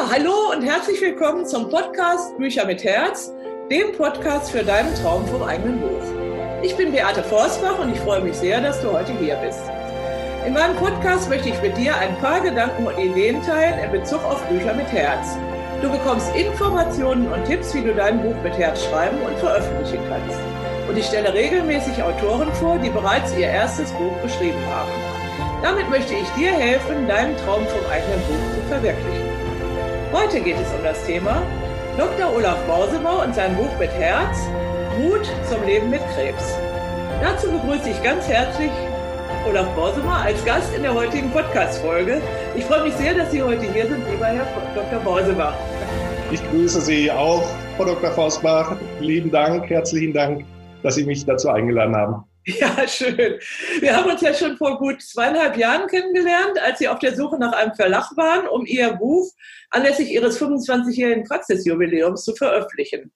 hallo und herzlich willkommen zum Podcast Bücher mit Herz, dem Podcast für deinen Traum vom eigenen Buch. Ich bin Beate Forstbach und ich freue mich sehr, dass du heute hier bist. In meinem Podcast möchte ich mit dir ein paar Gedanken und Ideen teilen in Bezug auf Bücher mit Herz. Du bekommst Informationen und Tipps, wie du dein Buch mit Herz schreiben und veröffentlichen kannst. Und ich stelle regelmäßig Autoren vor, die bereits ihr erstes Buch geschrieben haben. Damit möchte ich dir helfen, deinen Traum vom eigenen Buch zu verwirklichen. Heute geht es um das Thema Dr. Olaf Bausemer und sein Buch mit Herz, Mut zum Leben mit Krebs. Dazu begrüße ich ganz herzlich Olaf Bausemer als Gast in der heutigen Podcast-Folge. Ich freue mich sehr, dass Sie heute hier sind, lieber Herr Dr. Bausemer. Ich grüße Sie auch, Frau Dr. Forstbach. Lieben Dank, herzlichen Dank, dass Sie mich dazu eingeladen haben. Ja, schön. Wir haben uns ja schon vor gut 2,5 Jahren kennengelernt, als Sie auf der Suche nach einem Verlag waren, um Ihr Buch anlässlich Ihres 25-jährigen Praxisjubiläums zu veröffentlichen.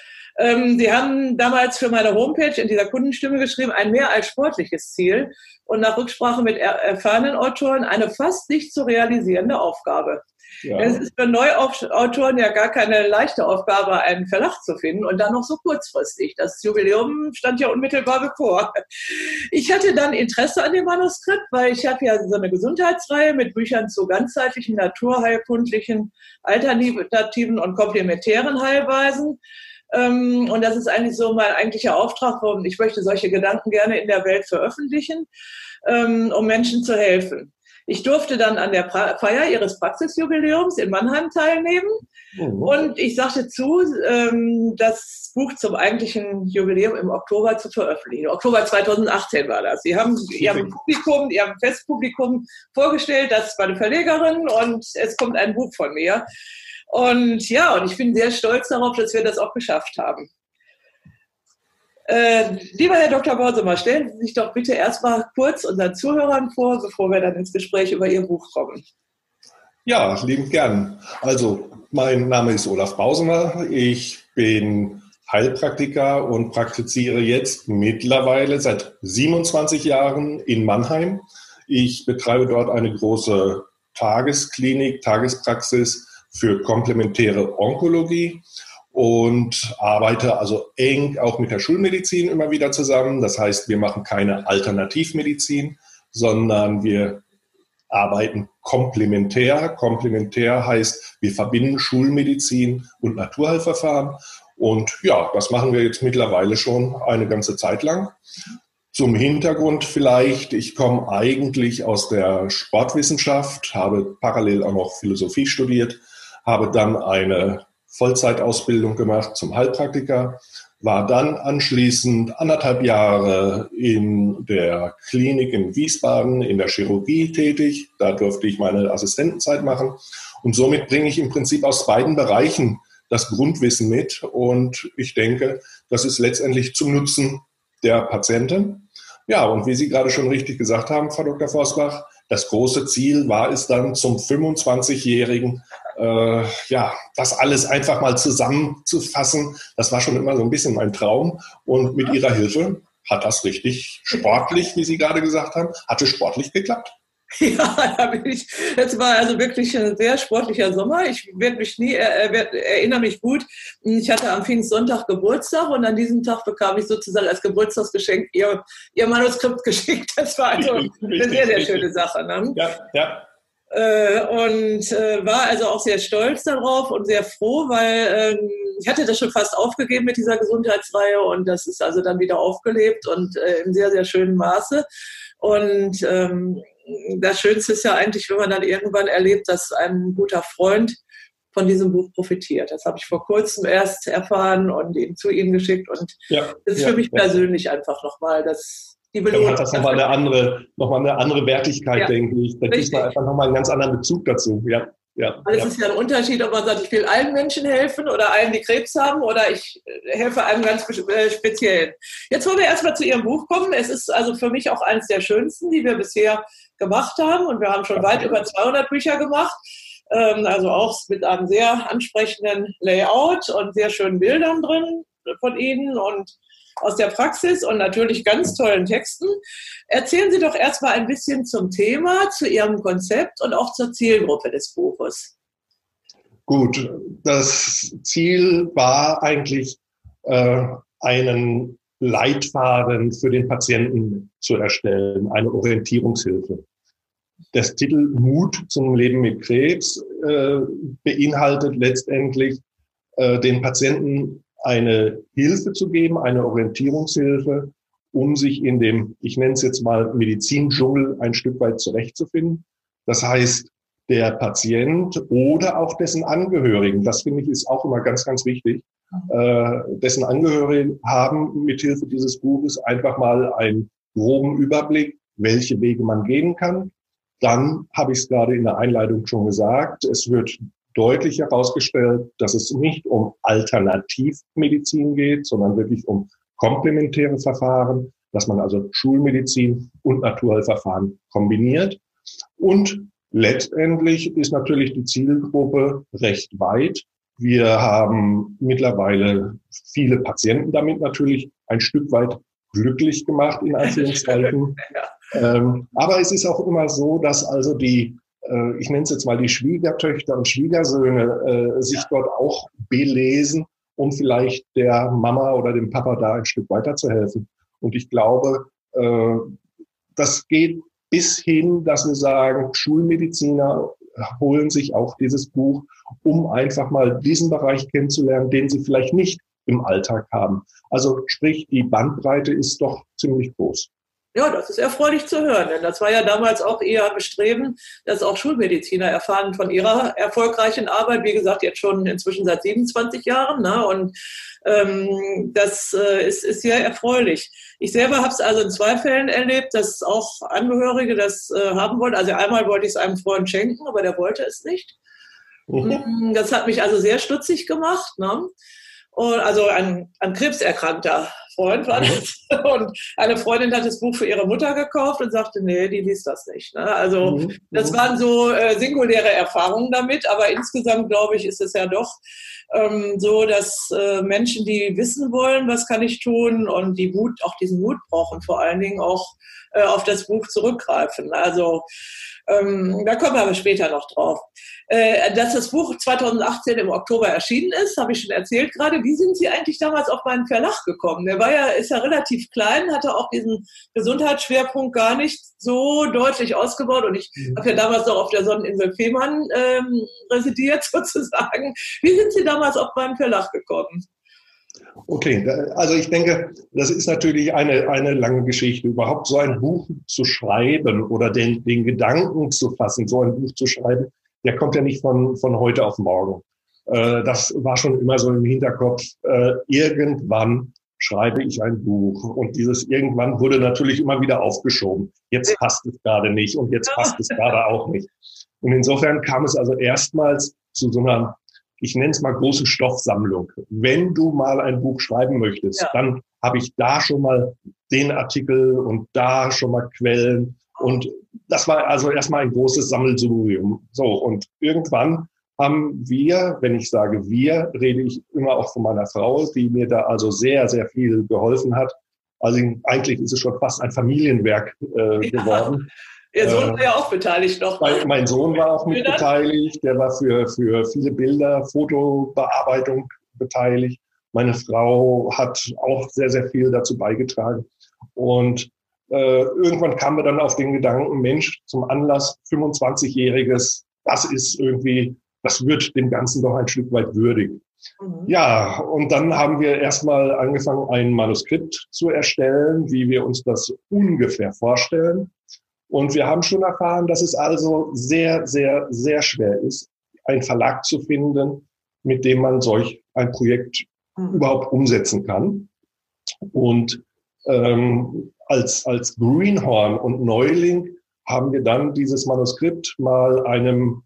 Sie haben damals für meine Homepage in dieser Kundenstimme geschrieben, ein mehr als sportliches Ziel und nach Rücksprache mit erfahrenen Autoren eine fast nicht zu realisierende Aufgabe. Ja. Es ist für Neuautoren ja gar keine leichte Aufgabe, einen Verlag zu finden und dann noch so kurzfristig. Das Jubiläum stand ja unmittelbar bevor. Ich hatte dann Interesse an dem Manuskript, weil ich habe ja so eine Gesundheitsreihe mit Büchern zu ganzheitlichen, naturheilkundlichen, alternativen und komplementären Heilweisen. Und das ist eigentlich so mein eigentlicher Auftrag, warum ich möchte solche Gedanken gerne in der Welt veröffentlichen, um Menschen zu helfen. Ich durfte dann an der Feier Ihres Praxisjubiläums in Mannheim teilnehmen und ich sagte zu, das Buch zum eigentlichen Jubiläum im Oktober zu veröffentlichen. Oktober 2018 war das. Sie haben Ihrem Publikum, Ihrem Festpublikum vorgestellt, das ist meine Verlegerin und es kommt ein Buch von mir. Und ja, und ich bin sehr stolz darauf, dass wir das auch geschafft haben. Lieber Herr Dr. Bausemer, stellen Sie sich doch bitte erstmal kurz unseren Zuhörern vor, bevor wir dann ins Gespräch über Ihr Buch kommen. Ja, liebend gern. Also, mein Name ist Olaf Bausemer. Ich bin Heilpraktiker und praktiziere jetzt mittlerweile seit 27 Jahren in Mannheim. Ich betreibe dort eine große Tagespraxis für komplementäre Onkologie und arbeite also eng auch mit der Schulmedizin immer wieder zusammen. Das heißt, wir machen keine Alternativmedizin, sondern wir arbeiten komplementär. Komplementär heißt, wir verbinden Schulmedizin und Naturheilverfahren. Und ja, das machen wir jetzt mittlerweile schon eine ganze Zeit lang. Zum Hintergrund vielleicht, ich komme eigentlich aus der Sportwissenschaft, habe parallel auch noch Philosophie studiert, habe dann eine Vollzeitausbildung gemacht zum Heilpraktiker, war dann anschließend 1,5 Jahre in der Klinik in Wiesbaden in der Chirurgie tätig. Da durfte ich meine Assistentenzeit machen und somit bringe ich im Prinzip aus beiden Bereichen das Grundwissen mit und ich denke, das ist letztendlich zum Nutzen der Patienten. Ja, und wie Sie gerade schon richtig gesagt haben, Frau Dr. Forstbach, das große Ziel war es dann zum 25-jährigen das alles einfach mal zusammenzufassen, das war schon immer so ein bisschen mein Traum. Und mit Ihrer Hilfe hat das richtig sportlich, wie Sie gerade gesagt haben, hatte sportlich geklappt. Ja, das war also wirklich ein sehr sportlicher Sommer. Ich erinnere mich gut, ich hatte am Pfingstsonntag Geburtstag und an diesem Tag bekam ich sozusagen als Geburtstagsgeschenk Ihr Manuskript geschickt. Das war also eine sehr, sehr schöne Sache. Ne? Ja. Und war also auch sehr stolz darauf und sehr froh, weil ich hatte das schon fast aufgegeben mit dieser Gesundheitsreihe und das ist also dann wieder aufgelebt und in sehr, sehr schönem Maße. Und das Schönste ist ja eigentlich, wenn man dann irgendwann erlebt, dass ein guter Freund von diesem Buch profitiert. Das habe ich vor kurzem erst erfahren und eben zu Ihnen geschickt und das ist für mich persönlich einfach nochmal das. Dann hat das nochmal eine andere Wertigkeit, denke ich. Da gibt man einfach nochmal einen ganz anderen Bezug dazu. Ja. Es ist ja ein Unterschied, ob man sagt, ich will allen Menschen helfen oder allen, die Krebs haben, oder ich helfe einem ganz speziell. Jetzt wollen wir erstmal zu Ihrem Buch kommen. Es ist also für mich auch eines der schönsten, die wir bisher gemacht haben. Und wir haben schon weit über 200 Bücher gemacht. Also auch mit einem sehr ansprechenden Layout und sehr schönen Bildern drin von Ihnen und aus der Praxis und natürlich ganz tollen Texten. Erzählen Sie doch erstmal ein bisschen zum Thema, zu Ihrem Konzept und auch zur Zielgruppe des Buches. Gut, das Ziel war eigentlich, einen Leitfaden für den Patienten zu erstellen, eine Orientierungshilfe. Der Titel Mut zum Leben mit Krebs beinhaltet letztendlich, den Patienten eine Hilfe zu geben, eine Orientierungshilfe, um sich in dem, ich nenne es jetzt mal Medizindschungel, ein Stück weit zurechtzufinden. Das heißt, der Patient oder auch dessen Angehörigen, das finde ich ist auch immer ganz, ganz wichtig, dessen Angehörigen haben mithilfe dieses Buches einfach mal einen groben Überblick, welche Wege man gehen kann. Dann habe ich es gerade in der Einleitung schon gesagt, es wird deutlich herausgestellt, dass es nicht um Alternativmedizin geht, sondern wirklich um komplementäre Verfahren, dass man also Schulmedizin und Naturheilverfahren kombiniert. Und letztendlich ist natürlich die Zielgruppe recht weit. Wir haben mittlerweile viele Patienten damit natürlich ein Stück weit glücklich gemacht, in Anführungszeichen. Aber es ist auch immer so, dass also die, ich nenne es jetzt mal die Schwiegertöchter und Schwiegersöhne, sich dort auch belesen, um vielleicht der Mama oder dem Papa da ein Stück weiterzuhelfen. Und ich glaube, das geht bis hin, dass wir sagen, Schulmediziner holen sich auch dieses Buch, um einfach mal diesen Bereich kennenzulernen, den sie vielleicht nicht im Alltag haben. Also sprich, die Bandbreite ist doch ziemlich groß. Ja, das ist erfreulich zu hören, denn das war ja damals auch eher Bestreben, dass auch Schulmediziner erfahren von ihrer erfolgreichen Arbeit, wie gesagt, jetzt schon inzwischen seit 27 Jahren, ne? Und das ist sehr erfreulich. Ich selber habe es also in 2 Fällen erlebt, dass auch Angehörige das haben wollten. Also einmal wollte ich es einem Freund schenken, aber der wollte es nicht. Das hat mich also sehr stutzig gemacht, ne? Und also ein krebserkrankter Freund war das. Und eine Freundin hat das Buch für ihre Mutter gekauft und sagte, nee, die liest das nicht. Ne? Also das waren so singuläre Erfahrungen damit, aber insgesamt, glaube ich, ist es ja doch so, dass Menschen, die wissen wollen, was kann ich tun und die Mut, auch diesen Mut brauchen, vor allen Dingen auch auf das Buch zurückgreifen. Also da kommen wir aber später noch drauf. Dass das Buch 2018 im Oktober erschienen ist, habe ich schon erzählt gerade. Wie sind Sie eigentlich damals auf meinen Verlag gekommen? Der ist ja relativ klein, hatte auch diesen Gesundheitsschwerpunkt gar nicht so deutlich ausgebaut. Und ich habe ja damals noch auf der Sonneninsel Fehmarn residiert sozusagen. Wie sind Sie damals auf meinen Verlag gekommen? Okay, also ich denke, das ist natürlich eine lange Geschichte. Überhaupt so ein Buch zu schreiben oder den Gedanken zu fassen, so ein Buch zu schreiben, der kommt ja nicht von heute auf morgen. Das war schon immer so im Hinterkopf. Irgendwann schreibe ich ein Buch. Und dieses irgendwann wurde natürlich immer wieder aufgeschoben. Jetzt passt es gerade nicht und jetzt passt es gerade auch nicht. Und insofern kam es also erstmals zu so einer, ich nenne es mal große Stoffsammlung. Wenn du mal ein Buch schreiben möchtest, dann habe ich da schon mal den Artikel und da schon mal Quellen. Und das war also erstmal ein großes Sammelsurium. So, und irgendwann haben wir, wenn ich sage wir, rede ich immer auch von meiner Frau, die mir da also sehr, sehr viel geholfen hat. Also eigentlich ist es schon fast ein Familienwerk geworden. Ihr Sohn war ja auch beteiligt noch. Mein Sohn war auch mit beteiligt. Der war für viele Bilder, Fotobearbeitung beteiligt. Meine Frau hat auch sehr, sehr viel dazu beigetragen. Und irgendwann kamen wir dann auf den Gedanken, Mensch, zum Anlass 25-Jähriges, das ist irgendwie, das wird dem Ganzen doch ein Stück weit würdig. Ja, und dann haben wir erstmal angefangen, ein Manuskript zu erstellen, wie wir uns das ungefähr vorstellen. Und wir haben schon erfahren, dass es also sehr, sehr, sehr schwer ist, einen Verlag zu finden, mit dem man solch ein Projekt überhaupt umsetzen kann. Und als Greenhorn und Neuling haben wir dann dieses Manuskript mal einem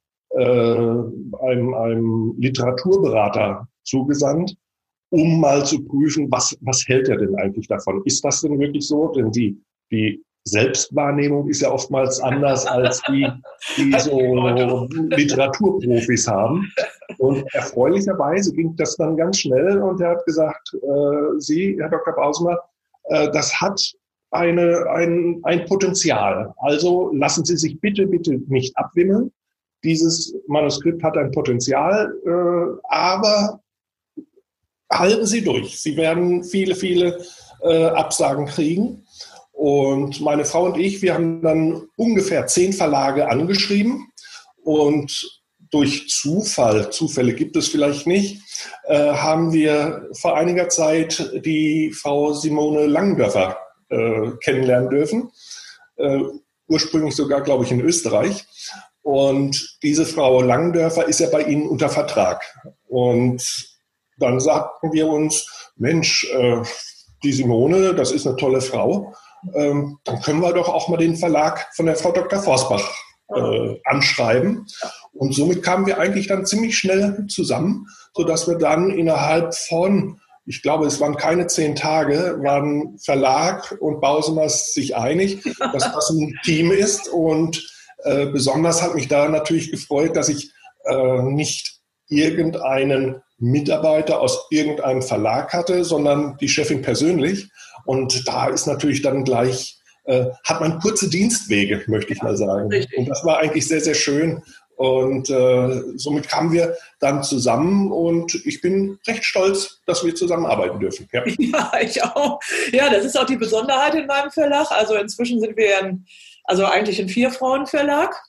Literaturberater zugesandt, um mal zu prüfen, was hält er denn eigentlich davon? Ist das denn wirklich so? Denn die Selbstwahrnehmung ist ja oftmals anders als die so Literaturprofis haben. Und erfreulicherweise ging das dann ganz schnell und er hat gesagt, Sie, Herr Dr. Bausmer, das hat ein Potenzial. Also lassen Sie sich bitte nicht abwimmeln. dieses Manuskript hat ein Potenzial, aber halten Sie durch. Sie werden viele Absagen kriegen. Und meine Frau und ich, wir haben dann ungefähr 10 Verlage angeschrieben und durch Zufälle gibt es vielleicht nicht, haben wir vor einiger Zeit die Frau Simone Langendörfer kennenlernen dürfen. Ursprünglich sogar, glaube ich, in Österreich. Und diese Frau Langendörfer ist ja bei Ihnen unter Vertrag. Und dann sagten wir uns, Mensch, die Simone, das ist eine tolle Frau. Dann können wir doch auch mal den Verlag von der Frau Dr. Forsbach anschreiben. Und somit kamen wir eigentlich dann ziemlich schnell zusammen, sodass wir dann innerhalb von, ich glaube, es waren keine 10 Tage, waren Verlag und Bausemers sich einig, dass das ein Team ist. Und besonders hat mich da natürlich gefreut, dass ich nicht irgendeinen Mitarbeiter aus irgendeinem Verlag hatte, sondern die Chefin persönlich. Und da ist natürlich dann gleich, hat man kurze Dienstwege, möchte ich mal sagen. Richtig. Und das war eigentlich sehr, sehr schön. Und somit kamen wir dann zusammen und ich bin recht stolz, dass wir zusammenarbeiten dürfen. Ja, ja, ich auch. Ja, das ist auch die Besonderheit in meinem Verlag. Also inzwischen sind wir eigentlich ein 4-Frauen-Verlag.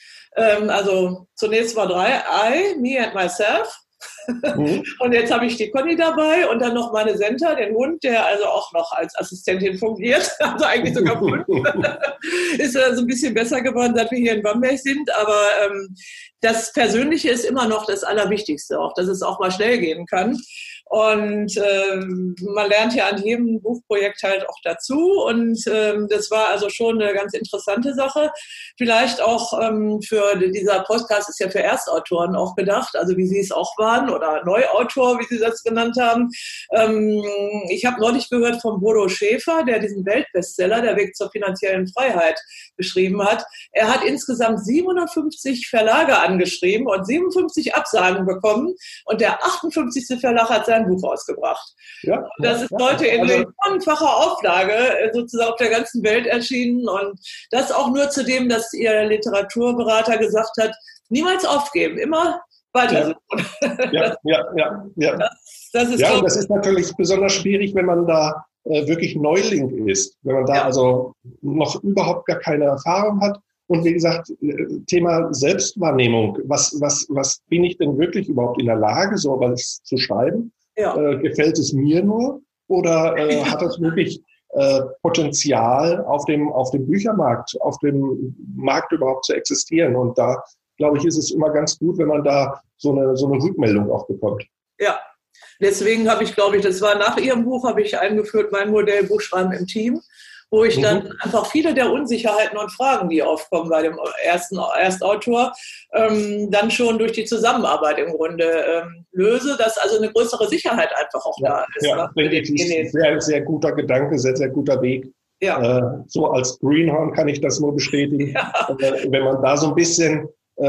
Also zunächst war 3, I, me and myself. Und jetzt habe ich die Conny dabei und dann noch meine Senta, den Hund, der also auch noch als Assistentin fungiert, also eigentlich sogar 5. Ist also ein bisschen besser geworden, seit wir hier in Bamberg sind, aber das Persönliche ist immer noch das Allerwichtigste, auch dass es auch mal schnell gehen kann. Und man lernt ja an jedem Buchprojekt halt auch dazu und das war also schon eine ganz interessante Sache. Vielleicht auch dieser Podcast ist ja für Erstautoren auch gedacht, also wie Sie es auch waren oder Neuautor, wie Sie das genannt haben. Ich habe neulich gehört von Bodo Schäfer, der diesen Weltbestseller, Der Weg zur finanziellen Freiheit, geschrieben hat. Er hat insgesamt 750 Verlage angeschrieben und 57 Absagen bekommen und der 58. Verlag hat sein Buch ausgebracht. Ja, das ist heute in millionenfacher Auflage sozusagen auf der ganzen Welt erschienen und das auch nur zu dem, dass Ihr Literaturberater gesagt hat, niemals aufgeben, immer weiter. Ja. Das ist natürlich besonders schwierig, wenn man da wirklich Neuling ist, wenn man da also noch überhaupt gar keine Erfahrung hat. Und wie gesagt, Thema Selbstwahrnehmung. Was bin ich denn wirklich überhaupt in der Lage, so was zu schreiben? Ja. Gefällt es mir nur? Oder hat das wirklich Potenzial, auf dem Büchermarkt, auf dem Markt überhaupt zu existieren? Und da, glaube ich, ist es immer ganz gut, wenn man da so eine Rückmeldung auch bekommt. Ja, deswegen habe ich, glaube ich, das war nach Ihrem Buch, habe ich eingeführt, mein Modell Buchschreiben im Team, wo ich dann einfach viele der Unsicherheiten und Fragen, die aufkommen bei dem Erstautor, dann schon durch die Zusammenarbeit im Grunde löse, dass also eine größere Sicherheit einfach auch da ist. Ja, sehr, sehr guter Gedanke, sehr, sehr guter Weg. Ja. So als Greenhorn kann ich das nur bestätigen. Ja. Wenn man da so ein bisschen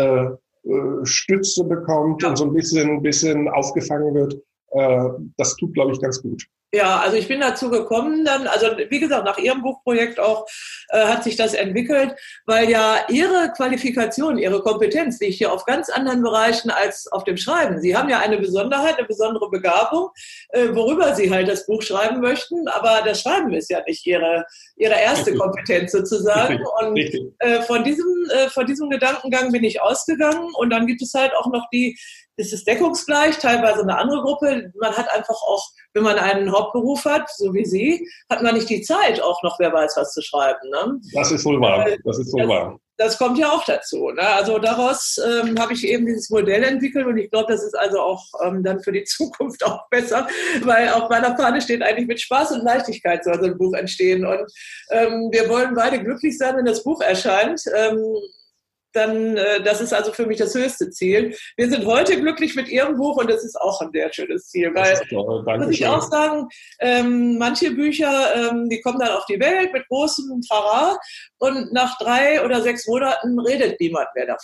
Stütze bekommt und so ein bisschen aufgefangen wird, das tut, glaube ich, ganz gut. Ja, also ich bin dazu gekommen dann, also wie gesagt, nach Ihrem Buchprojekt auch hat sich das entwickelt, weil ja Ihre Qualifikation, Ihre Kompetenz liegt hier auf ganz anderen Bereichen als auf dem Schreiben. Sie haben ja eine Besonderheit, eine besondere Begabung, worüber Sie halt das Buch schreiben möchten, aber das Schreiben ist ja nicht Ihre erste Kompetenz sozusagen. Und von diesem Gedankengang bin ich ausgegangen und dann gibt es halt auch noch ist es deckungsgleich, teilweise eine andere Gruppe. Man hat einfach auch, wenn man einen Hauptberuf hat, so wie Sie, hat man nicht die Zeit, auch noch wer weiß was zu schreiben. Ne? Das ist wohl wahr. Das kommt ja auch dazu. Ne? Also daraus habe ich eben dieses Modell entwickelt und ich glaube, das ist also auch dann für die Zukunft auch besser, weil auf meiner Fahne steht eigentlich mit Spaß und Leichtigkeit soll so ein Buch entstehen. Und wir wollen beide glücklich sein, wenn das Buch erscheint. Dann, das ist also für mich das höchste Ziel. Wir sind heute glücklich mit Ihrem Buch und das ist auch ein sehr schönes Ziel. Weil, muss ich auch sagen, manche Bücher, die kommen dann auf die Welt mit großem Trara und nach 3 oder 6 Monaten redet niemand mehr davon.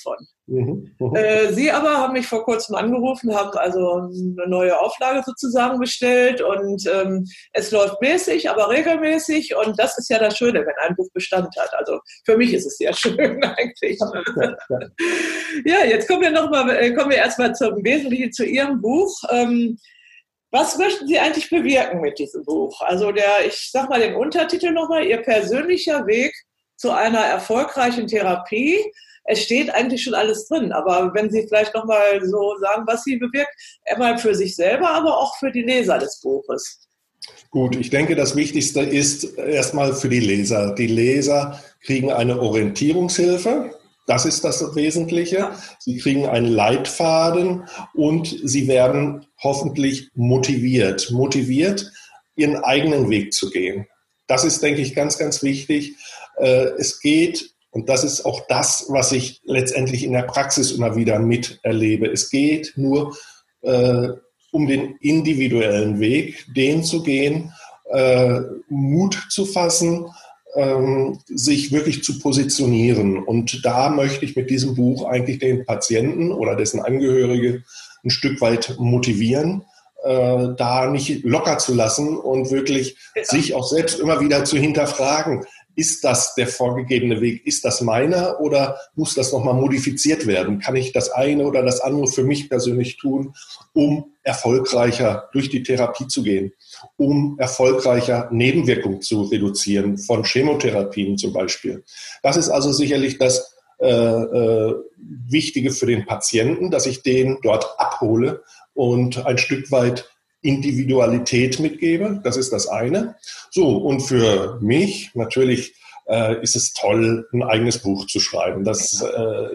Sie aber haben mich vor kurzem angerufen, haben also eine neue Auflage sozusagen bestellt und es läuft mäßig, aber regelmäßig und das ist ja das Schöne, wenn ein Buch Bestand hat. Also für mich ist es sehr schön eigentlich. Ja, jetzt kommen wir erstmal zum Wesentlichen zu Ihrem Buch. Was möchten Sie eigentlich bewirken mit diesem Buch? Also ich sag mal den Untertitel nochmal, Ihr persönlicher Weg zu einer erfolgreichen Therapie. Es steht eigentlich schon alles drin, aber wenn Sie vielleicht nochmal so sagen, was Sie bewirkt, einmal für sich selber, aber auch für die Leser des Buches. Gut, ich denke, das Wichtigste ist erstmal für die Leser. Die Leser kriegen eine Orientierungshilfe. Das ist das Wesentliche. Sie kriegen einen Leitfaden und sie werden hoffentlich motiviert, ihren eigenen Weg zu gehen. Das ist, denke ich, ganz, ganz wichtig. Es geht, und das ist auch das, was ich letztendlich in der Praxis immer wieder miterlebe, es geht nur um den individuellen Weg, den zu gehen, Mut zu fassen, sich wirklich zu positionieren. Und da möchte ich mit diesem Buch eigentlich den Patienten oder dessen Angehörige ein Stück weit motivieren, da nicht locker zu lassen und wirklich sich auch selbst immer wieder zu hinterfragen, ist das der vorgegebene Weg, ist das meiner oder muss das nochmal modifiziert werden? Kann ich das eine oder das andere für mich persönlich tun, um erfolgreicher durch die Therapie zu gehen, um erfolgreicher Nebenwirkungen zu reduzieren, von Chemotherapien zum Beispiel. Das ist also sicherlich das Wichtige für den Patienten, dass ich den dort abhole und ein Stück weit Individualität mitgebe. Das ist das eine. So, und für mich natürlich ist es toll, ein eigenes Buch zu schreiben. Das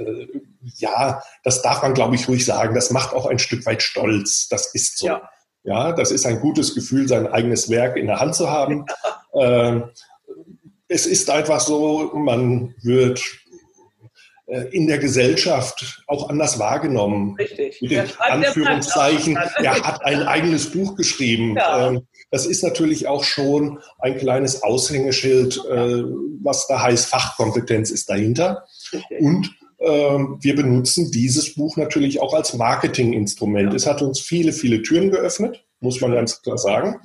darf man, glaube ich, ruhig sagen. Das macht auch ein Stück weit stolz. Das ist so. Ja, das ist ein gutes Gefühl, sein eigenes Werk in der Hand zu haben. Es ist einfach so, man wird in der Gesellschaft auch anders wahrgenommen. Richtig. Mit den Anführungszeichen, er hat ein eigenes Buch geschrieben. Ja. Das ist natürlich auch schon ein kleines Aushängeschild, was da heißt, Fachkompetenz ist dahinter. Richtig. Und wir benutzen dieses Buch natürlich auch als Marketinginstrument. Ja. Es hat uns viele, viele Türen geöffnet, muss man ganz klar sagen.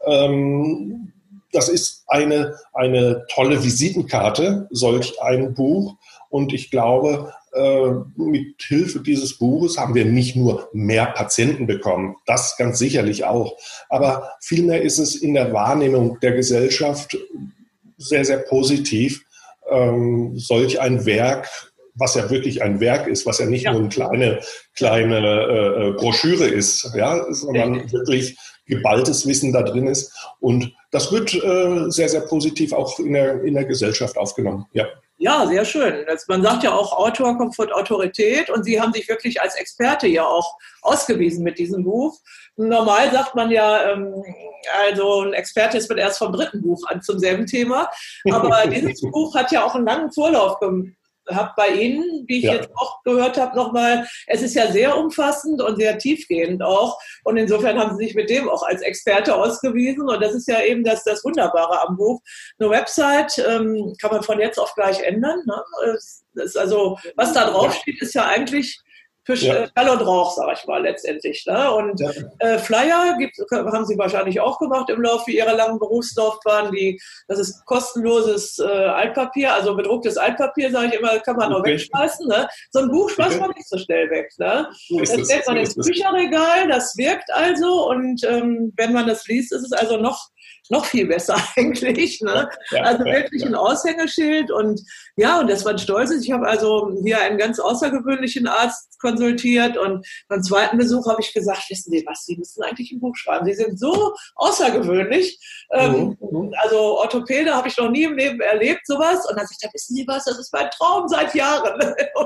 Das ist eine tolle Visitenkarte, solch ein Buch. Und ich glaube, mit Hilfe dieses Buches haben wir nicht nur mehr Patienten bekommen, das ganz sicherlich auch. Aber vielmehr ist es in der Wahrnehmung der Gesellschaft sehr, sehr positiv, solch ein Werk, was ja wirklich ein Werk ist, was ja nicht nur eine kleine Broschüre ist, ja, sondern wirklich geballtes Wissen da drin ist. Und das wird sehr, sehr positiv auch in der Gesellschaft aufgenommen. Ja. Ja, sehr schön. Man sagt ja auch, Autor kommt von Autorität und Sie haben sich wirklich als Experte ja auch ausgewiesen mit diesem Buch. Normal sagt man ja, also ein Experte ist man erst vom 3. Buch an zum selben Thema. Aber dieses Buch hat ja auch einen langen Vorlauf gehabt bei Ihnen, wie ich jetzt auch gehört habe nochmal. Es ist ja sehr umfassend und sehr tiefgehend auch. Und insofern haben Sie sich mit dem auch als Experte ausgewiesen. Und das ist ja eben das Wunderbare am Buch. Eine Website kann man von jetzt auf gleich ändern. Ne? Also was da draufsteht, ist ja eigentlich für Schall und Rauch, sage ich mal, letztendlich. Ne? Und Flyer haben Sie wahrscheinlich auch gemacht im Laufe Ihrer langen Berufslaufbahn. Das ist kostenloses Altpapier, also bedrucktes Altpapier, sage ich immer, kann man noch wegschmeißen. Ne? So ein Buch schmeißt man nicht so schnell weg. Ne? Das stellt man ins Bücherregal, das wirkt also. Und wenn man das liest, ist es also noch viel besser eigentlich. Ne? Also wirklich ein Aushängeschild. Und dass man stolz ist. Ich habe also hier einen ganz außergewöhnlichen Arzt konsultiert und beim zweiten Besuch habe ich gesagt, wissen Sie was, Sie müssen eigentlich ein Buch schreiben. Sie sind so außergewöhnlich. Also Orthopäde habe ich noch nie im Leben erlebt, sowas. Und dann sagt er, wissen Sie was, das ist mein Traum seit Jahren.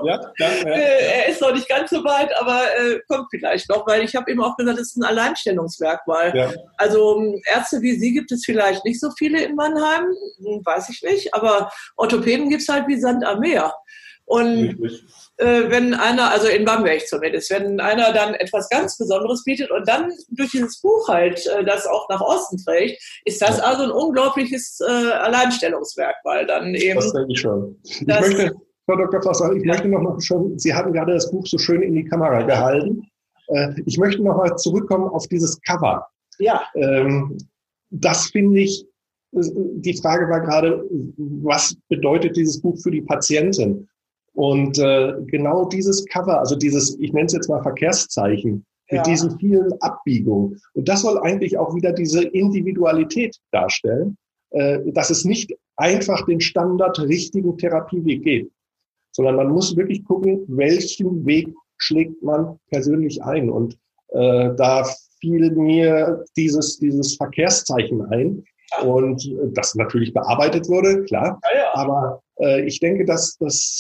Er ist noch nicht ganz so weit, aber kommt vielleicht noch, weil ich habe ihm auch gesagt, das ist ein Alleinstellungsmerkmal. Ja. Also Ärzte wie Sie gibt es vielleicht nicht so viele in Mannheim, weiß ich nicht, aber Orthopäden gibt es halt wie Sand am Meer. Und wenn einer, also in Bamberg zumindest, wenn einer dann etwas ganz Besonderes bietet und dann durch dieses Buch halt das auch nach außen trägt, ist das also ein unglaubliches Alleinstellungsmerkmal dann eben. Das denke ich schon. Frau Dr. Foster, ich möchte noch schon, Sie hatten gerade das Buch so schön in die Kamera gehalten. Ich möchte noch mal zurückkommen auf dieses Cover. Ja. Das finde ich, die Frage war gerade, was bedeutet dieses Buch für die Patientin? Und genau dieses Cover, also dieses, ich nenne es jetzt mal Verkehrszeichen, mit diesen vielen Abbiegungen. Und das soll eigentlich auch wieder diese Individualität darstellen, dass es nicht einfach den Standard richtigen Therapieweg geht, sondern man muss wirklich gucken, welchen Weg schlägt man persönlich ein. Und da fiel mir dieses Verkehrszeichen ein und das natürlich bearbeitet wurde, klar. Aber ich denke, dass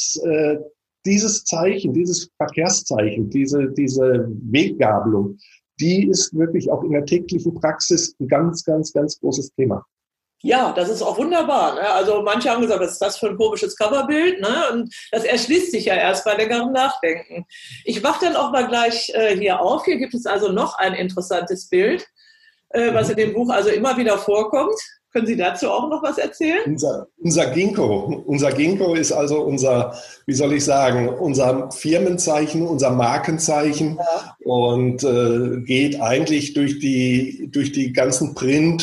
dieses Zeichen, dieses Verkehrszeichen, diese Weggabelung, die ist wirklich auch in der täglichen Praxis ein ganz, ganz, ganz großes Thema. Ja, das ist auch wunderbar. Ne? Also manche haben gesagt, was ist das für ein komisches Coverbild? Ne? Und das erschließt sich ja erst bei längerem Nachdenken. Ich mache dann auch mal gleich hier auf. Hier gibt es also noch ein interessantes Bild, was in dem Buch also immer wieder vorkommt. Können Sie dazu auch noch was erzählen? Unser Ginkgo. Unser Ginkgo ist also unser, wie soll ich sagen, unser Firmenzeichen, unser Markenzeichen und geht eigentlich durch die ganzen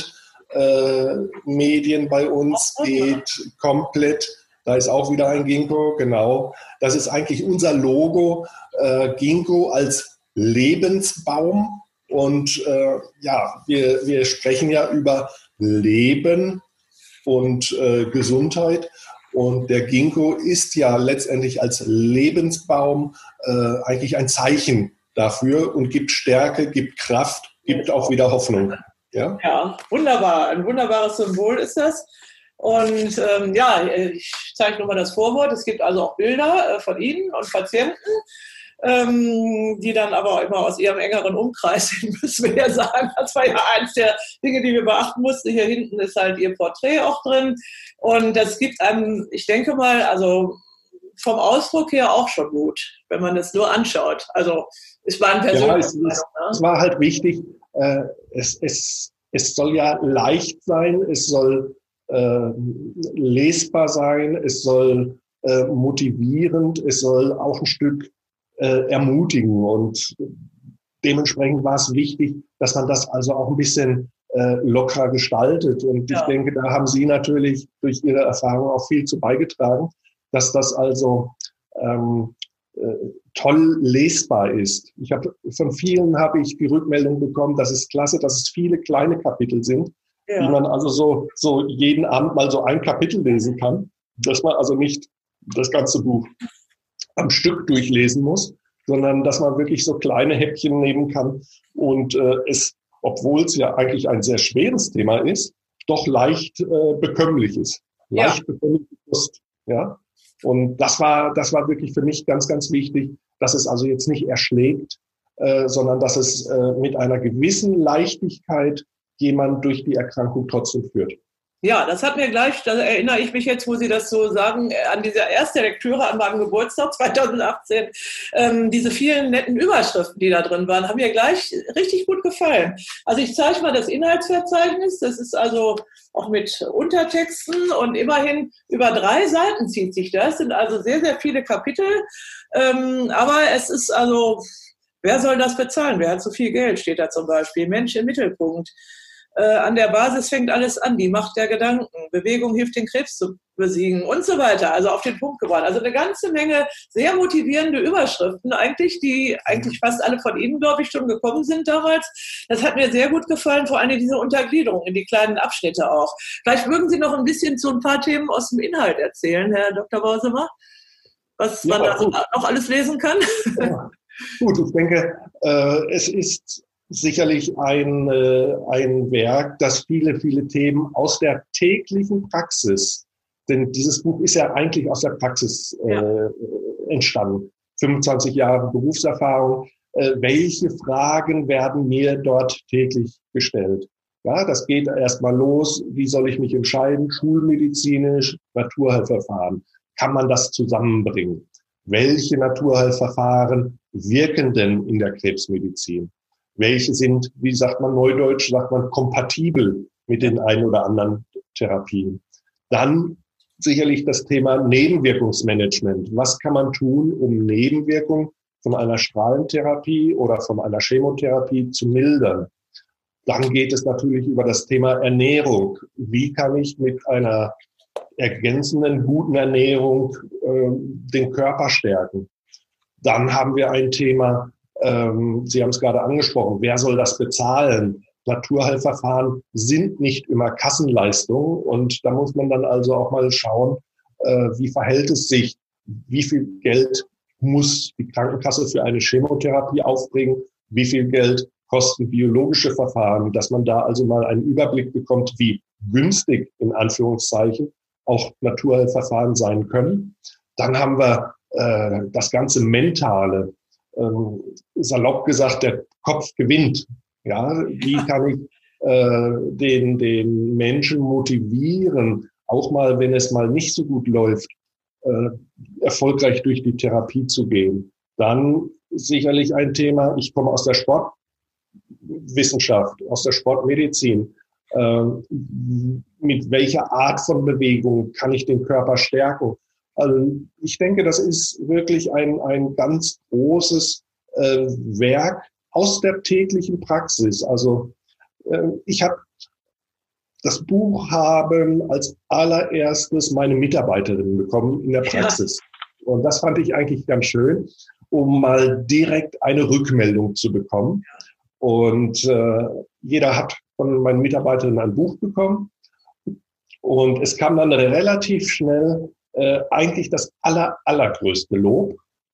Print-Medien bei uns, geht komplett. Da ist auch wieder ein Ginkgo, genau. Das ist eigentlich unser Logo, Ginkgo als Lebensbaum. Und wir sprechen ja über Leben und Gesundheit. Und der Ginkgo ist ja letztendlich als Lebensbaum eigentlich ein Zeichen dafür und gibt Stärke, gibt Kraft, gibt auch wieder Hoffnung. Ja, wunderbar. Ein wunderbares Symbol ist das. Und ich zeige nochmal das Vorwort. Es gibt also auch Bilder von Ihnen und Patienten, die dann aber auch immer aus ihrem engeren Umkreis sind, müssen wir ja sagen. Das war ja eins der Dinge, die wir beachten mussten. Hier hinten ist halt Ihr Porträt auch drin. Und das gibt einem, ich denke mal, also vom Ausdruck her auch schon gut, wenn man das nur anschaut. Also es war ein persönliches Meinung. Es war halt wichtig, es soll ja leicht sein, es soll lesbar sein, es soll motivierend, es soll auch ein Stück ermutigen. Und dementsprechend war es wichtig, dass man das also auch ein bisschen lockerer gestaltet. Und ich denke, da haben Sie natürlich durch Ihre Erfahrung auch viel zu beigetragen, dass das also toll lesbar ist. Von vielen habe ich die Rückmeldung bekommen, das ist klasse, dass es viele kleine Kapitel sind, die man also so jeden Abend mal so ein Kapitel lesen kann, dass man also nicht das ganze Buch am Stück durchlesen muss, sondern dass man wirklich so kleine Häppchen nehmen kann und es, obwohl es ja eigentlich ein sehr schweres Thema ist, doch leicht bekömmlich ist. Leicht bekömmlich ist, ja. Und das war wirklich für mich ganz, ganz wichtig, dass es also jetzt nicht erschlägt, sondern dass es mit einer gewissen Leichtigkeit jemand durch die Erkrankung trotzdem führt. Ja, das hat mir gleich, da erinnere ich mich jetzt, wo Sie das so sagen, an diese erste Lektüre an meinem Geburtstag 2018. Diese vielen netten Überschriften, die da drin waren, haben mir gleich richtig gut gefallen. Also ich zeige mal das Inhaltsverzeichnis. Das ist also auch mit Untertexten und immerhin über 3 Seiten zieht sich das. Sind also sehr, sehr viele Kapitel. Aber es ist also, wer soll das bezahlen? Wer hat so viel Geld, steht da zum Beispiel. Mensch im Mittelpunkt. An der Basis fängt alles an, die Macht der Gedanken. Bewegung hilft, den Krebs zu besiegen und so weiter. Also auf den Punkt gebracht. Also eine ganze Menge sehr motivierende Überschriften eigentlich, die eigentlich fast alle von Ihnen, glaube ich, schon gekommen sind damals. Das hat mir sehr gut gefallen, vor allem diese Untergliederung in die kleinen Abschnitte auch. Vielleicht mögen Sie noch ein bisschen zu ein paar Themen aus dem Inhalt erzählen, Herr Dr. Bausemer, was man da noch alles lesen kann. Ja. Gut, ich denke, es ist sicherlich ein Werk, das viele, viele Themen aus der täglichen Praxis, denn dieses Buch ist ja eigentlich aus der Praxis entstanden. 25 Jahre Berufserfahrung. Welche Fragen werden mir dort täglich gestellt? Ja, das geht erstmal los. Wie soll ich mich entscheiden? Schulmedizinisch, Naturheilverfahren. Kann man das zusammenbringen? Welche Naturheilverfahren wirken denn in der Krebsmedizin? Welche sind, wie sagt man neudeutsch, sagt man kompatibel mit den ein oder anderen Therapien? Dann sicherlich das Thema Nebenwirkungsmanagement. Was kann man tun, um Nebenwirkungen von einer Strahlentherapie oder von einer Chemotherapie zu mildern? Dann geht es natürlich über das Thema Ernährung. Wie kann ich mit einer ergänzenden, guten Ernährung den Körper stärken? Dann haben wir ein Thema, Sie haben es gerade angesprochen, wer soll das bezahlen? Naturheilverfahren sind nicht immer Kassenleistungen und da muss man dann also auch mal schauen, wie verhält es sich, wie viel Geld muss die Krankenkasse für eine Chemotherapie aufbringen, wie viel Geld kosten biologische Verfahren, dass man da also mal einen Überblick bekommt, wie günstig in Anführungszeichen auch Naturheilverfahren sein können. Dann haben wir das ganze Mentale, salopp gesagt, der Kopf gewinnt. Ja, wie kann ich den Menschen motivieren, auch mal, wenn es mal nicht so gut läuft, erfolgreich durch die Therapie zu gehen? Dann sicherlich ein Thema, ich komme aus der Sportwissenschaft, aus der Sportmedizin. Mit welcher Art von Bewegung kann ich den Körper stärken? Also ich denke, das ist wirklich ein ganz großes Werk aus der täglichen Praxis. Also das Buch haben als allererstes meine Mitarbeiterinnen bekommen in der Praxis. Ja. Und das fand ich eigentlich ganz schön, um mal direkt eine Rückmeldung zu bekommen. Und jeder hat von meinen Mitarbeiterinnen ein Buch bekommen. Und es kam dann relativ schnell eigentlich das allergrößte Lob.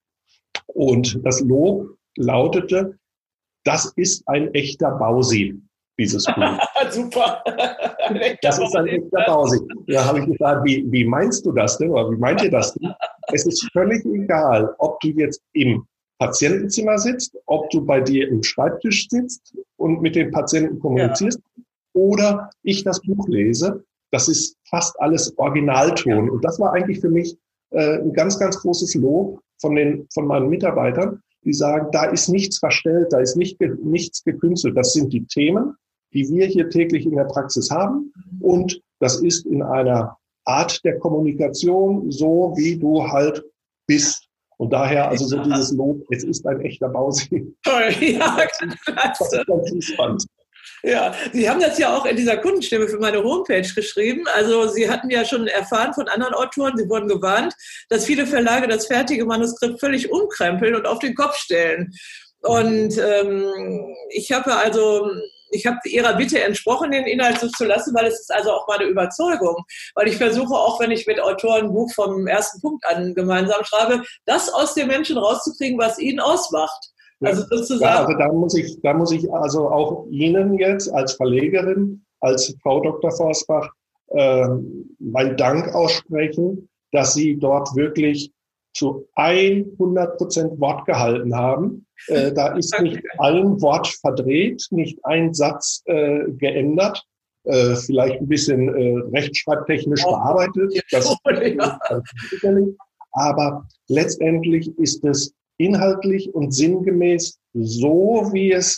Und das Lob lautete: Das ist ein echter Bausi, dieses Buch. Super. Das ist ein echter Bausi. Da habe ich gefragt, wie meinst du das denn? Oder wie meint ihr das denn? Es ist völlig egal, ob du jetzt im Patientenzimmer sitzt, ob du bei dir im Schreibtisch sitzt und mit den Patienten kommunizierst, oder ich das Buch lese. Das ist fast alles Originalton. Und das war eigentlich für mich ein ganz, ganz großes Lob von meinen Mitarbeitern, die sagen, da ist nichts verstellt, da ist nichts gekünstelt. Das sind die Themen, die wir hier täglich in der Praxis haben. Und das ist in einer Art der Kommunikation so, wie du halt bist. Und daher also so dieses Lob, es ist ein echter Bausi. Toll, ja, klasse. Das ist ganz spannend. Ja, Sie haben das ja auch in dieser Kundenstimme für meine Homepage geschrieben. Also Sie hatten ja schon erfahren von anderen Autoren, Sie wurden gewarnt, dass viele Verlage das fertige Manuskript völlig umkrempeln und auf den Kopf stellen. Und ich habe Ihrer Bitte entsprochen, den Inhalt so zu lassen, weil es ist also auch meine Überzeugung. Weil ich versuche auch, wenn ich mit Autoren ein Buch vom ersten Punkt an gemeinsam schreibe, das aus den Menschen rauszukriegen, was ihnen ausmacht. Also sozusagen. Ja, also da muss ich also auch Ihnen jetzt als Verlegerin, als Frau Dr. Forstbach, meinen Dank aussprechen, dass Sie dort wirklich zu 100% Wort gehalten haben. Da ist nicht ein Wort verdreht, nicht ein Satz geändert, vielleicht ein bisschen rechtschreibtechnisch bearbeitet. Das sicherlich. Aber letztendlich ist es inhaltlich und sinngemäß so, wie es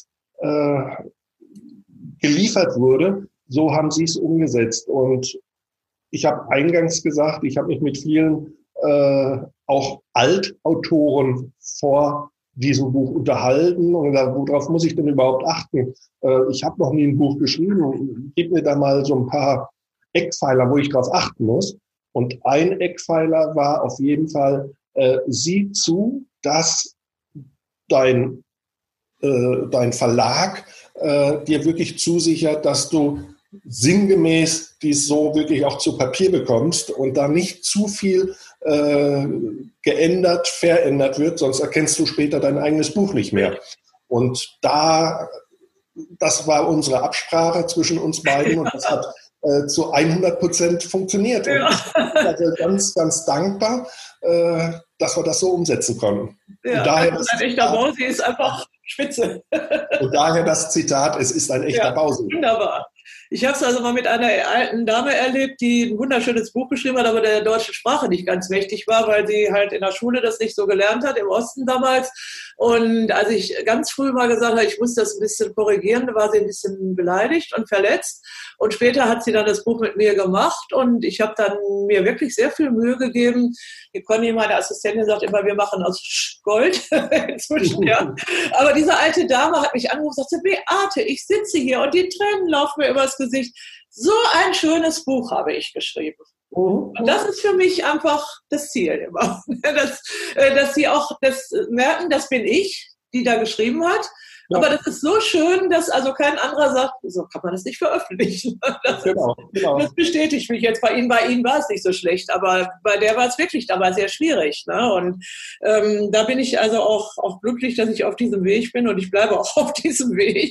geliefert wurde, so haben Sie es umgesetzt. Und ich habe eingangs gesagt, ich habe mich mit vielen auch Altautoren vor diesem Buch unterhalten und worauf muss ich denn überhaupt achten? Ich habe noch nie ein Buch geschrieben. Gib mir da mal so ein paar Eckpfeiler, wo ich drauf achten muss. Und ein Eckpfeiler war auf jeden Fall, sieh zu, dass dein Verlag dir wirklich zusichert, dass du sinngemäß dies so wirklich auch zu Papier bekommst und da nicht zu viel geändert, verändert wird, sonst erkennst du später dein eigenes Buch nicht mehr. Und das war unsere Absprache zwischen uns beiden und das hat zu 100% funktioniert. Ja. Und ich bin also ganz, ganz dankbar, dass wir das so umsetzen konnten. Ja, und daher das ist ein echter Bausi, ist einfach spitze. Und daher das Zitat, es ist ein echter Bausi. Wunderbar. Ich habe es also mal mit einer alten Dame erlebt, die ein wunderschönes Buch geschrieben hat, aber der deutschen Sprache nicht ganz mächtig war, weil sie halt in der Schule das nicht so gelernt hat, im Osten damals. Und als ich ganz früh mal gesagt habe, ich muss das ein bisschen korrigieren, da war sie ein bisschen beleidigt und verletzt. Und später hat sie dann das Buch mit mir gemacht und ich habe dann mir wirklich sehr viel Mühe gegeben. Die Conny, meine Assistentin, sagt immer, wir machen aus Gold inzwischen, ja. Aber diese alte Dame hat mich angerufen und sagte, Beate, ich sitze hier und die Tränen laufen mir übers Gesicht. So ein schönes Buch habe ich geschrieben. Und das ist für mich einfach das Ziel immer. Dass sie auch das merken, das bin ich, die da geschrieben hat. Ja. Aber das ist so schön, dass also kein anderer sagt, so kann man das nicht veröffentlichen. Genau. Das bestätigt mich jetzt. Bei Ihnen war es nicht so schlecht, aber bei der war es wirklich dabei sehr schwierig. Ne? Und da bin ich also auch glücklich, dass ich auf diesem Weg bin und ich bleibe auch auf diesem Weg.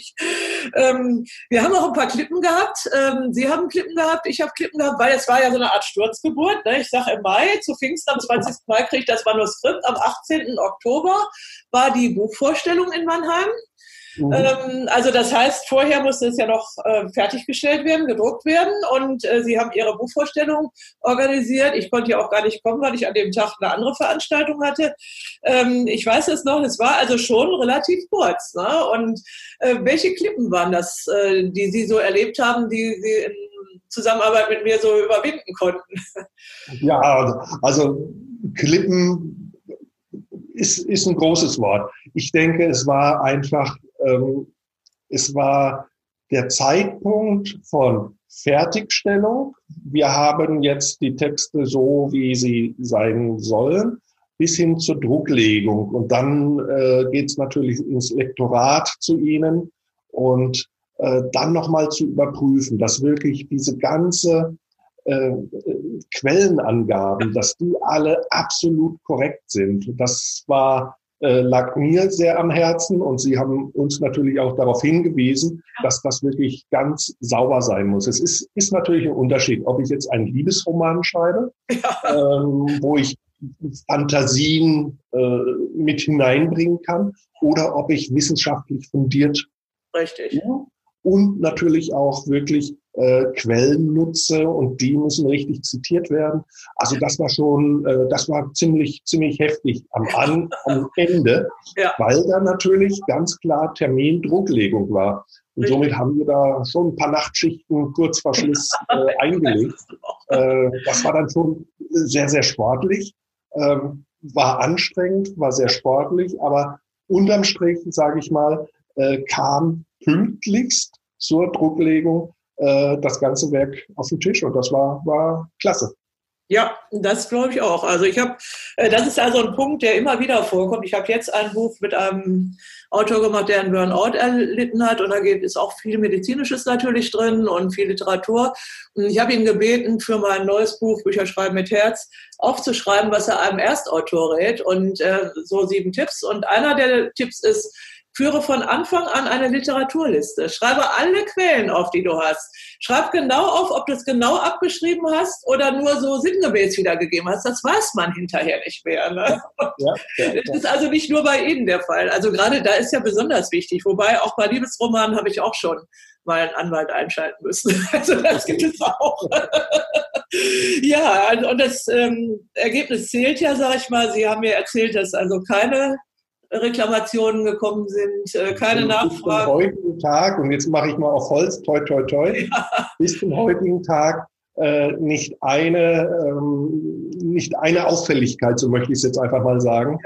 Wir haben auch ein paar Klippen gehabt. Sie haben Klippen gehabt, ich habe Klippen gehabt, weil es war ja so eine Art Sturzgeburt. Ne? Ich sage im Mai, zu Pfingsten am 20. Mai kriege ich das Manuskript. Am 18. Oktober war die Buchvorstellung in Mannheim. Also das heißt, vorher musste es ja noch fertiggestellt werden, gedruckt werden und sie haben ihre Buchvorstellung organisiert. Ich konnte ja auch gar nicht kommen, weil ich an dem Tag eine andere Veranstaltung hatte. Ich weiß es noch, es war also schon relativ kurz. Ne? Und welche Klippen waren das, die Sie so erlebt haben, die Sie in Zusammenarbeit mit mir so überwinden konnten? Ja, also Klippen ist ein großes Wort. Ich denke, es war einfach es war der Zeitpunkt von Fertigstellung. Wir haben jetzt die Texte so, wie sie sein sollen, bis hin zur Drucklegung. Und dann geht es natürlich ins Lektorat zu Ihnen und dann nochmal zu überprüfen, dass wirklich diese ganze Quellenangaben, dass die alle absolut korrekt sind. Das lag mir sehr am Herzen und Sie haben uns natürlich auch darauf hingewiesen, dass das wirklich ganz sauber sein muss. Es ist natürlich ein Unterschied, ob ich jetzt einen Liebesroman schreibe, wo ich Fantasien mit hineinbringen kann, oder ob ich wissenschaftlich fundiert Richtig. Und natürlich auch wirklich Quellen nutze und die müssen richtig zitiert werden. Also das war schon, das war ziemlich heftig am Ende, ja. Weil da natürlich ganz klar Termin-Drucklegung war. Und somit haben wir da schon ein paar Nachtschichten kurz vor Schluss eingelegt. Das war dann schon sehr, sehr sportlich, war anstrengend, war sehr sportlich, aber unterm Strich, sage ich mal, kam pünktlichst zur Drucklegung das ganze Werk auf den Tisch und das war klasse. Ja, das glaube ich auch. Also das ist also ein Punkt, der immer wieder vorkommt. Ich habe jetzt ein Buch mit einem Autor gemacht, der einen Burnout erlitten hat und da ist auch viel Medizinisches natürlich drin und viel Literatur. Und ich habe ihn gebeten, für mein neues Buch Bücher schreiben mit Herz aufzuschreiben, was er einem Erstautor rät und so 7 Tipps. Und einer der Tipps ist, führe von Anfang an eine Literaturliste. Schreibe alle Quellen auf, die du hast. Schreib genau auf, ob du es genau abgeschrieben hast oder nur so sinngemäß wiedergegeben hast. Das weiß man hinterher nicht mehr. Ne? Ja. Das ist also nicht nur bei Ihnen der Fall. Also gerade da ist ja besonders wichtig. Wobei auch bei Liebesromanen habe ich auch schon mal einen Anwalt einschalten müssen. Also das gibt es auch. Ja, und das Ergebnis zählt ja, sag ich mal. Sie haben mir erzählt, dass also keine Reklamationen gekommen sind, keine Nachfragen. Bis zum heutigen Tag, und jetzt mache ich mal auf Holz, toi, toi, toi, ja. Bis zum heutigen Tag nicht eine Auffälligkeit, so möchte ich es jetzt einfach mal sagen.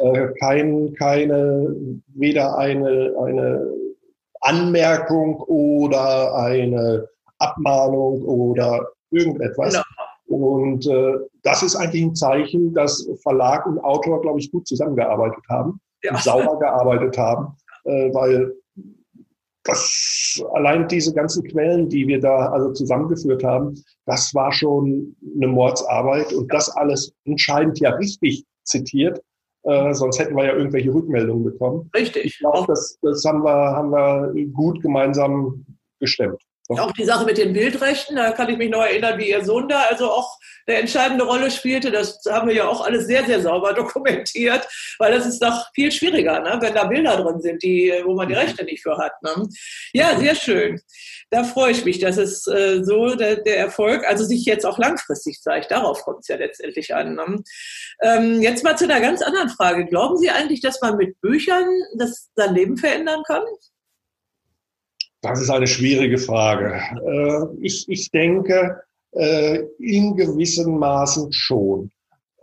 Weder eine Anmerkung oder eine Abmahnung oder irgendetwas. Genau. Und das ist eigentlich ein Zeichen, dass Verlag und Autor, glaube ich, gut zusammengearbeitet haben, ja. Und sauber gearbeitet haben, weil allein diese ganzen Quellen, die wir da also zusammengeführt haben, das war schon eine Mordsarbeit und das alles entscheidend ja richtig zitiert, sonst hätten wir ja irgendwelche Rückmeldungen bekommen. Richtig. Ich glaube, das haben wir gut gemeinsam gestemmt. Auch die Sache mit den Bildrechten, da kann ich mich noch erinnern, wie Ihr Sohn da also auch eine entscheidende Rolle spielte. Das haben wir ja auch alles sehr, sehr sauber dokumentiert, weil das ist doch viel schwieriger, ne? Wenn da Bilder drin sind, wo man die Rechte nicht für hat. Ne? Ja, sehr schön. Da freue ich mich, dass es so der Erfolg, also sich jetzt auch langfristig zeigt. Darauf kommt es ja letztendlich an. Ne? Jetzt mal zu einer ganz anderen Frage. Glauben Sie eigentlich, dass man mit Büchern sein Leben verändern kann? Das ist eine schwierige Frage. Ich denke, in gewissen Maßen schon.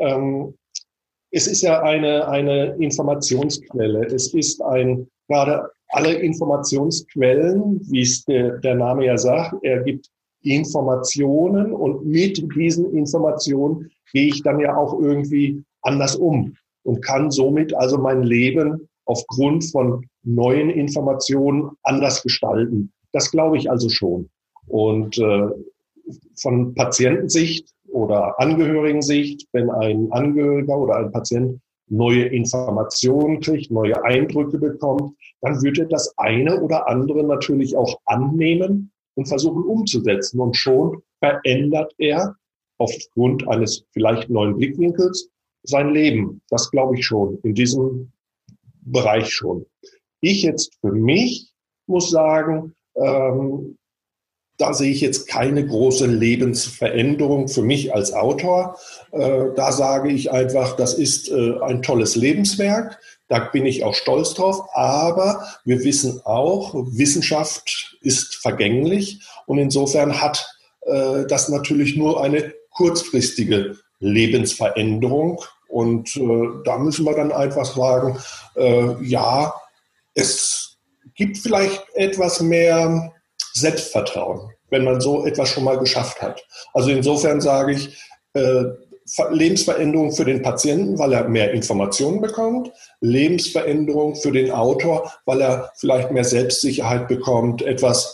Es ist ja eine Informationsquelle. Es ist gerade alle Informationsquellen, wie es der Name ja sagt, er gibt Informationen und mit diesen Informationen gehe ich dann ja auch irgendwie anders um und kann somit also mein Leben aufgrund von neuen Informationen anders gestalten. Das glaube ich also schon. Und von Patientensicht oder Angehörigensicht, wenn ein Angehöriger oder ein Patient neue Informationen kriegt, neue Eindrücke bekommt, dann wird er das eine oder andere natürlich auch annehmen und versuchen umzusetzen. Und schon verändert er aufgrund eines vielleicht neuen Blickwinkels sein Leben. Das glaube ich schon, in diesem Bereich schon. Ich jetzt für mich muss sagen, da sehe ich jetzt keine große Lebensveränderung für mich als Autor. Da sage ich einfach, das ist ein tolles Lebenswerk. Da bin ich auch stolz drauf. Aber wir wissen auch, Wissenschaft ist vergänglich. Und insofern hat das natürlich nur eine kurzfristige Lebensveränderung. Und da müssen wir dann einfach sagen, ja, es gibt vielleicht etwas mehr Selbstvertrauen, wenn man so etwas schon mal geschafft hat. Also insofern sage ich, Lebensveränderung für den Patienten, weil er mehr Informationen bekommt, Lebensveränderung für den Autor, weil er vielleicht mehr Selbstsicherheit bekommt, etwas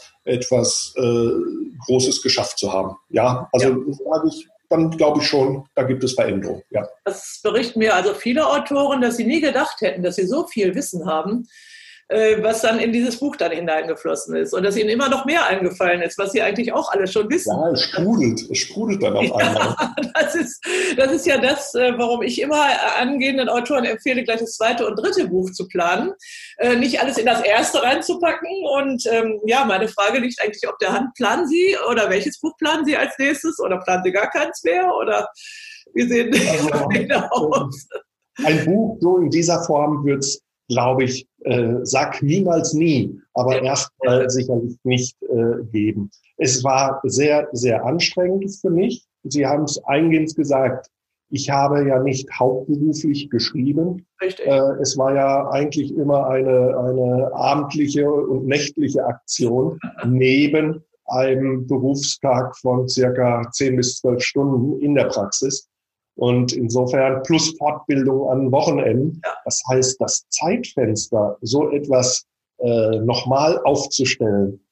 Großes geschafft zu haben. Ja, also sage ich, dann glaube ich schon, da gibt es Veränderungen. Ja. Das berichten mir also viele Autoren, dass sie nie gedacht hätten, dass sie so viel Wissen haben, was dann in dieses Buch dann hineingeflossen ist. Und dass ihnen immer noch mehr eingefallen ist, was sie eigentlich auch alle schon wissen. Ja, es sprudelt dann auf einmal. Das ist ja das, warum ich immer angehenden Autoren empfehle, gleich das zweite und dritte Buch zu planen. Nicht alles in das erste reinzupacken. Und meine Frage liegt eigentlich auf der Hand. Planen Sie oder welches Buch planen Sie als nächstes? Oder planen Sie gar keins mehr? Oder wie sehen die aus? Ein Buch so in dieser Form wird es, glaube ich, sag niemals nie, aber erstmal sicherlich nicht geben. Es war sehr, sehr anstrengend für mich. Sie haben es eingehend gesagt, ich habe ja nicht hauptberuflich geschrieben. Richtig. Es war ja eigentlich immer eine abendliche und nächtliche Aktion neben einem Berufstag von circa 10 bis 12 Stunden in der Praxis. Und insofern plus Fortbildung an Wochenenden. Ja. Das heißt, das Zeitfenster, so etwas nochmal aufzustellen,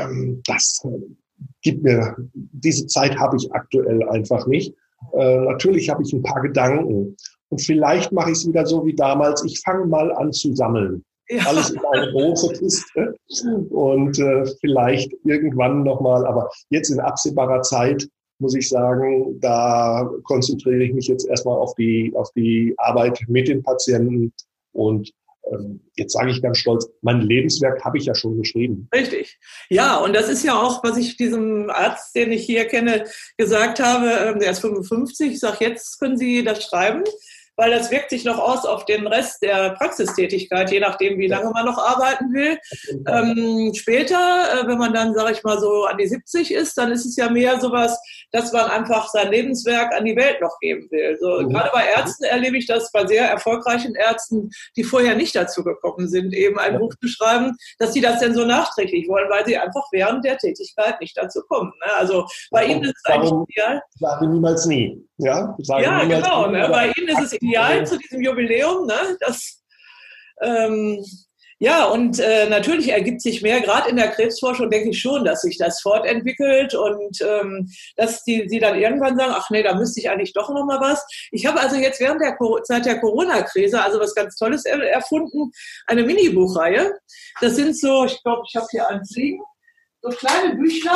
das gibt mir, diese Zeit habe ich aktuell einfach nicht. Natürlich habe ich ein paar Gedanken. Und vielleicht mache ich es wieder so wie damals. Ich fange mal an zu sammeln. Ja. Alles in eine große Kiste. Und vielleicht irgendwann nochmal, aber jetzt in absehbarer Zeit, muss ich sagen, da konzentriere ich mich jetzt erstmal auf die Arbeit mit den Patienten. Und jetzt sage ich ganz stolz, mein Lebenswerk habe ich ja schon geschrieben. Richtig. Ja, und das ist ja auch, was ich diesem Arzt, den ich hier kenne, gesagt habe, der ist 55, ich sage, jetzt können Sie das schreiben, weil das wirkt sich noch aus auf den Rest der Praxistätigkeit, je nachdem, wie lange man noch arbeiten will. Später, wenn man dann, sage ich mal, so an die 70 ist, dann ist es ja mehr sowas, dass man einfach sein Lebenswerk an die Welt noch geben will. So, gerade bei Ärzten erlebe ich das, bei sehr erfolgreichen Ärzten, die vorher nicht dazu gekommen sind, eben ein Buch zu schreiben, dass sie das denn so nachträglich wollen, weil sie einfach während der Tätigkeit nicht dazu kommen. Ne? Also bei Ihnen ist es eigentlich ideal. Sage niemals nie. Ja, genau. Nie, ne? Bei Ihnen ist es ideal zu diesem Jubiläum. Ne? Das, natürlich ergibt sich mehr. Gerade in der Krebsforschung denke ich schon, dass sich das fortentwickelt und dass sie dann irgendwann sagen, ach nee, da müsste ich eigentlich doch noch mal was. Ich habe also jetzt während der Zeit der Corona-Krise also was ganz Tolles erfunden, eine Mini-Buchreihe. Das sind so, ich glaube, ich habe hier eins liegen. so kleine Büchlein.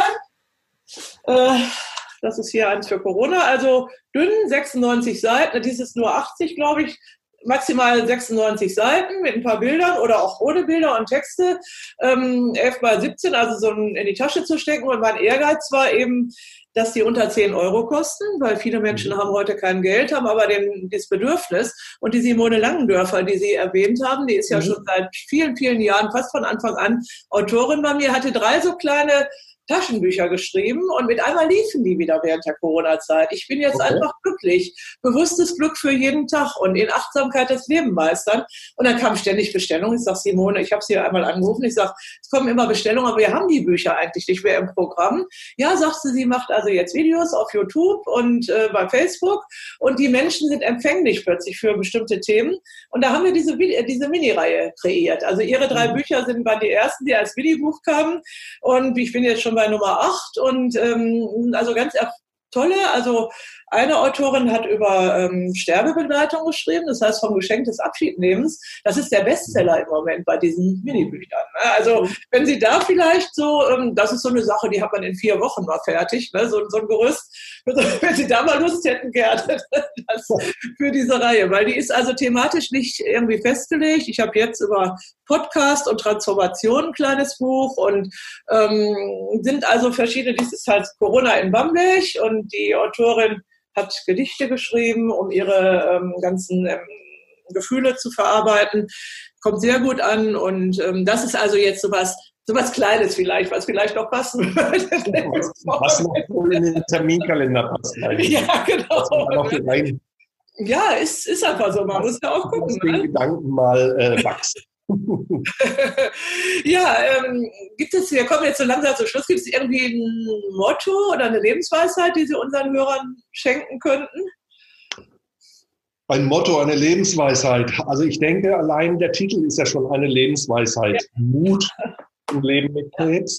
Das ist hier eins für Corona. Also dünn, 96 Seiten. Dies ist nur 80, glaube ich. Maximal 96 Seiten mit ein paar Bildern oder auch ohne Bilder und Texte. 11x17, also so in die Tasche zu stecken. Und mein Ehrgeiz war eben, dass die unter 10 Euro kosten, weil viele Menschen haben heute kein Geld, haben aber das Bedürfnis. Und die Simone Langendörfer, die Sie erwähnt haben, die ist ja schon seit vielen, vielen Jahren, fast von Anfang an Autorin bei mir, hatte 3 so kleine Taschenbücher geschrieben und mit einmal liefen die wieder während der Corona-Zeit. Ich bin jetzt einfach glücklich. Bewusstes Glück für jeden Tag und in Achtsamkeit das Leben meistern. Und dann kamen ständig Bestellungen. Ich sage, Simone, ich habe sie einmal angerufen. Ich sage, es kommen immer Bestellungen, aber wir haben die Bücher eigentlich nicht mehr im Programm. Ja, sagt sie macht also jetzt Videos auf YouTube und bei Facebook und die Menschen sind empfänglich plötzlich für bestimmte Themen. Und da haben wir diese Mini-Reihe kreiert. Also ihre 3 Bücher waren die ersten, die als Mini-Buch kamen. Und ich bin jetzt schon bei Nummer 8 und also ganz tolle, also eine Autorin hat über Sterbebegleitung geschrieben, das heißt vom Geschenk des Abschiednehmens. Das ist der Bestseller im Moment bei diesen Minibüchern. Ne? Also wenn Sie da vielleicht so, das ist so eine Sache, die hat man in 4 Wochen mal fertig, ne? So ein Gerüst, wenn Sie da mal Lust hätten, gerne für diese Reihe, weil die ist also thematisch nicht irgendwie festgelegt. Ich habe jetzt über Podcast und Transformation ein kleines Buch und sind also verschiedene, dies ist halt Corona in Bamberg und die Autorin hat Gedichte geschrieben, um ihre ganzen Gefühle zu verarbeiten. Kommt sehr gut an und das ist also jetzt sowas Kleines vielleicht, was vielleicht noch passen würde. Was noch wohl in den Terminkalender passt. Ja, genau. Ja, ist einfach so. Man muss ja auch gucken. Den Gedanken mal wachsen. Ja, wir kommen jetzt so langsam zum Schluss, gibt es irgendwie ein Motto oder eine Lebensweisheit, die Sie unseren Hörern schenken könnten? Ein Motto, eine Lebensweisheit. Also ich denke, allein der Titel ist ja schon eine Lebensweisheit. Ja. Mut im Leben mit Krebs,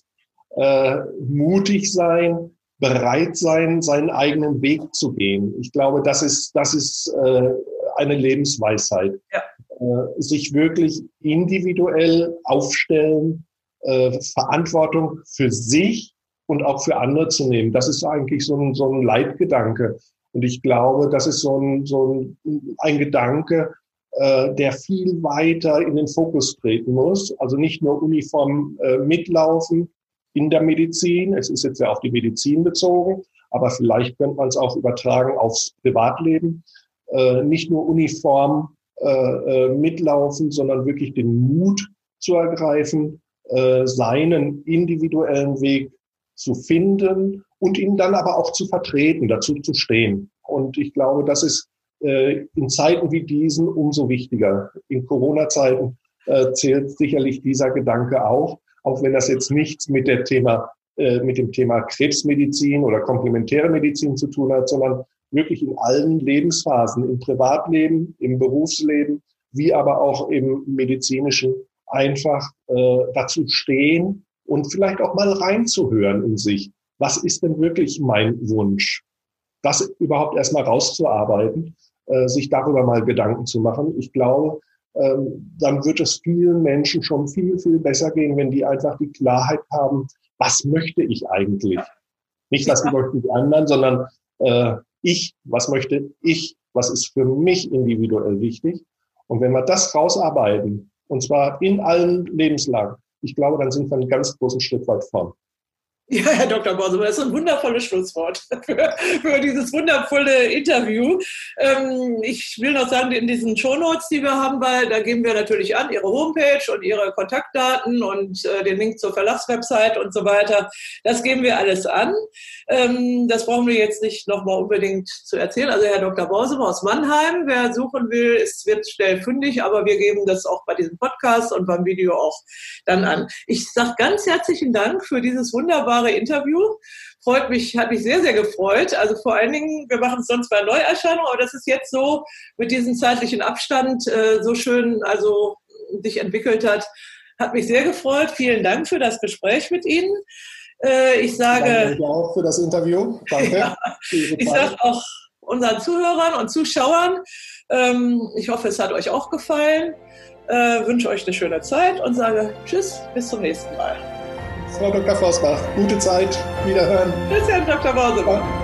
mutig sein, bereit sein, seinen eigenen Weg zu gehen. Ich glaube, das ist eine Lebensweisheit. Ja. Sich wirklich individuell aufstellen, Verantwortung für sich und auch für andere zu nehmen. Das ist eigentlich so ein Leitgedanke. Und ich glaube, das ist so ein Gedanke, der viel weiter in den Fokus treten muss. Also nicht nur uniform mitlaufen in der Medizin. Es ist jetzt ja auf die Medizin bezogen, aber vielleicht könnte man es auch übertragen aufs Privatleben. Nicht nur uniform mitlaufen, sondern wirklich den Mut zu ergreifen, seinen individuellen Weg zu finden und ihn dann aber auch zu vertreten, dazu zu stehen. Und ich glaube, das ist in Zeiten wie diesen umso wichtiger. In Corona-Zeiten zählt sicherlich dieser Gedanke auch wenn das jetzt nichts mit dem Thema Krebsmedizin oder komplementäre Medizin zu tun hat, sondern wirklich in allen Lebensphasen, im Privatleben, im Berufsleben, wie aber auch im medizinischen, einfach dazu stehen und vielleicht auch mal reinzuhören in sich. Was ist denn wirklich mein Wunsch? Das überhaupt erstmal rauszuarbeiten, sich darüber mal Gedanken zu machen. Ich glaube, dann wird es vielen Menschen schon viel, viel besser gehen, wenn die einfach die Klarheit haben, was möchte ich eigentlich? Nicht, was möchten die anderen, sondern was möchte ich, was ist für mich individuell wichtig. Und wenn wir das rausarbeiten, und zwar in allen Lebenslagen, ich glaube, dann sind wir einen ganz großen Schritt weit vorn. Ja, Herr Dr. Borsemann, das ist ein wundervolles Schlusswort für dieses wundervolle Interview. Ich will noch sagen, in diesen Shownotes, die wir haben, da geben wir natürlich an, Ihre Homepage und Ihre Kontaktdaten und den Link zur Verlagswebsite und so weiter. Das geben wir alles an. Das brauchen wir jetzt nicht nochmal unbedingt zu erzählen. Also Herr Dr. Borsemann aus Mannheim, wer suchen will, wird schnell fündig, aber wir geben das auch bei diesem Podcast und beim Video auch dann an. Ich sage ganz herzlichen Dank für dieses wunderbare Interview. Hat mich sehr, sehr gefreut. Also vor allen Dingen, wir machen es sonst bei Neuerscheinungen, aber das ist jetzt so mit diesem zeitlichen Abstand so schön, also sich entwickelt hat mich sehr gefreut. Vielen Dank für das Gespräch mit Ihnen. Ich sage... Danke auch für das Interview. Danke. Ja, ich sage auch unseren Zuhörern und Zuschauern, ich hoffe, es hat euch auch gefallen. Wünsche euch eine schöne Zeit und sage Tschüss, bis zum nächsten Mal. Frau Dr. Vosbach, gute Zeit. Wiederhören. Bis dann, Dr. Mausemann.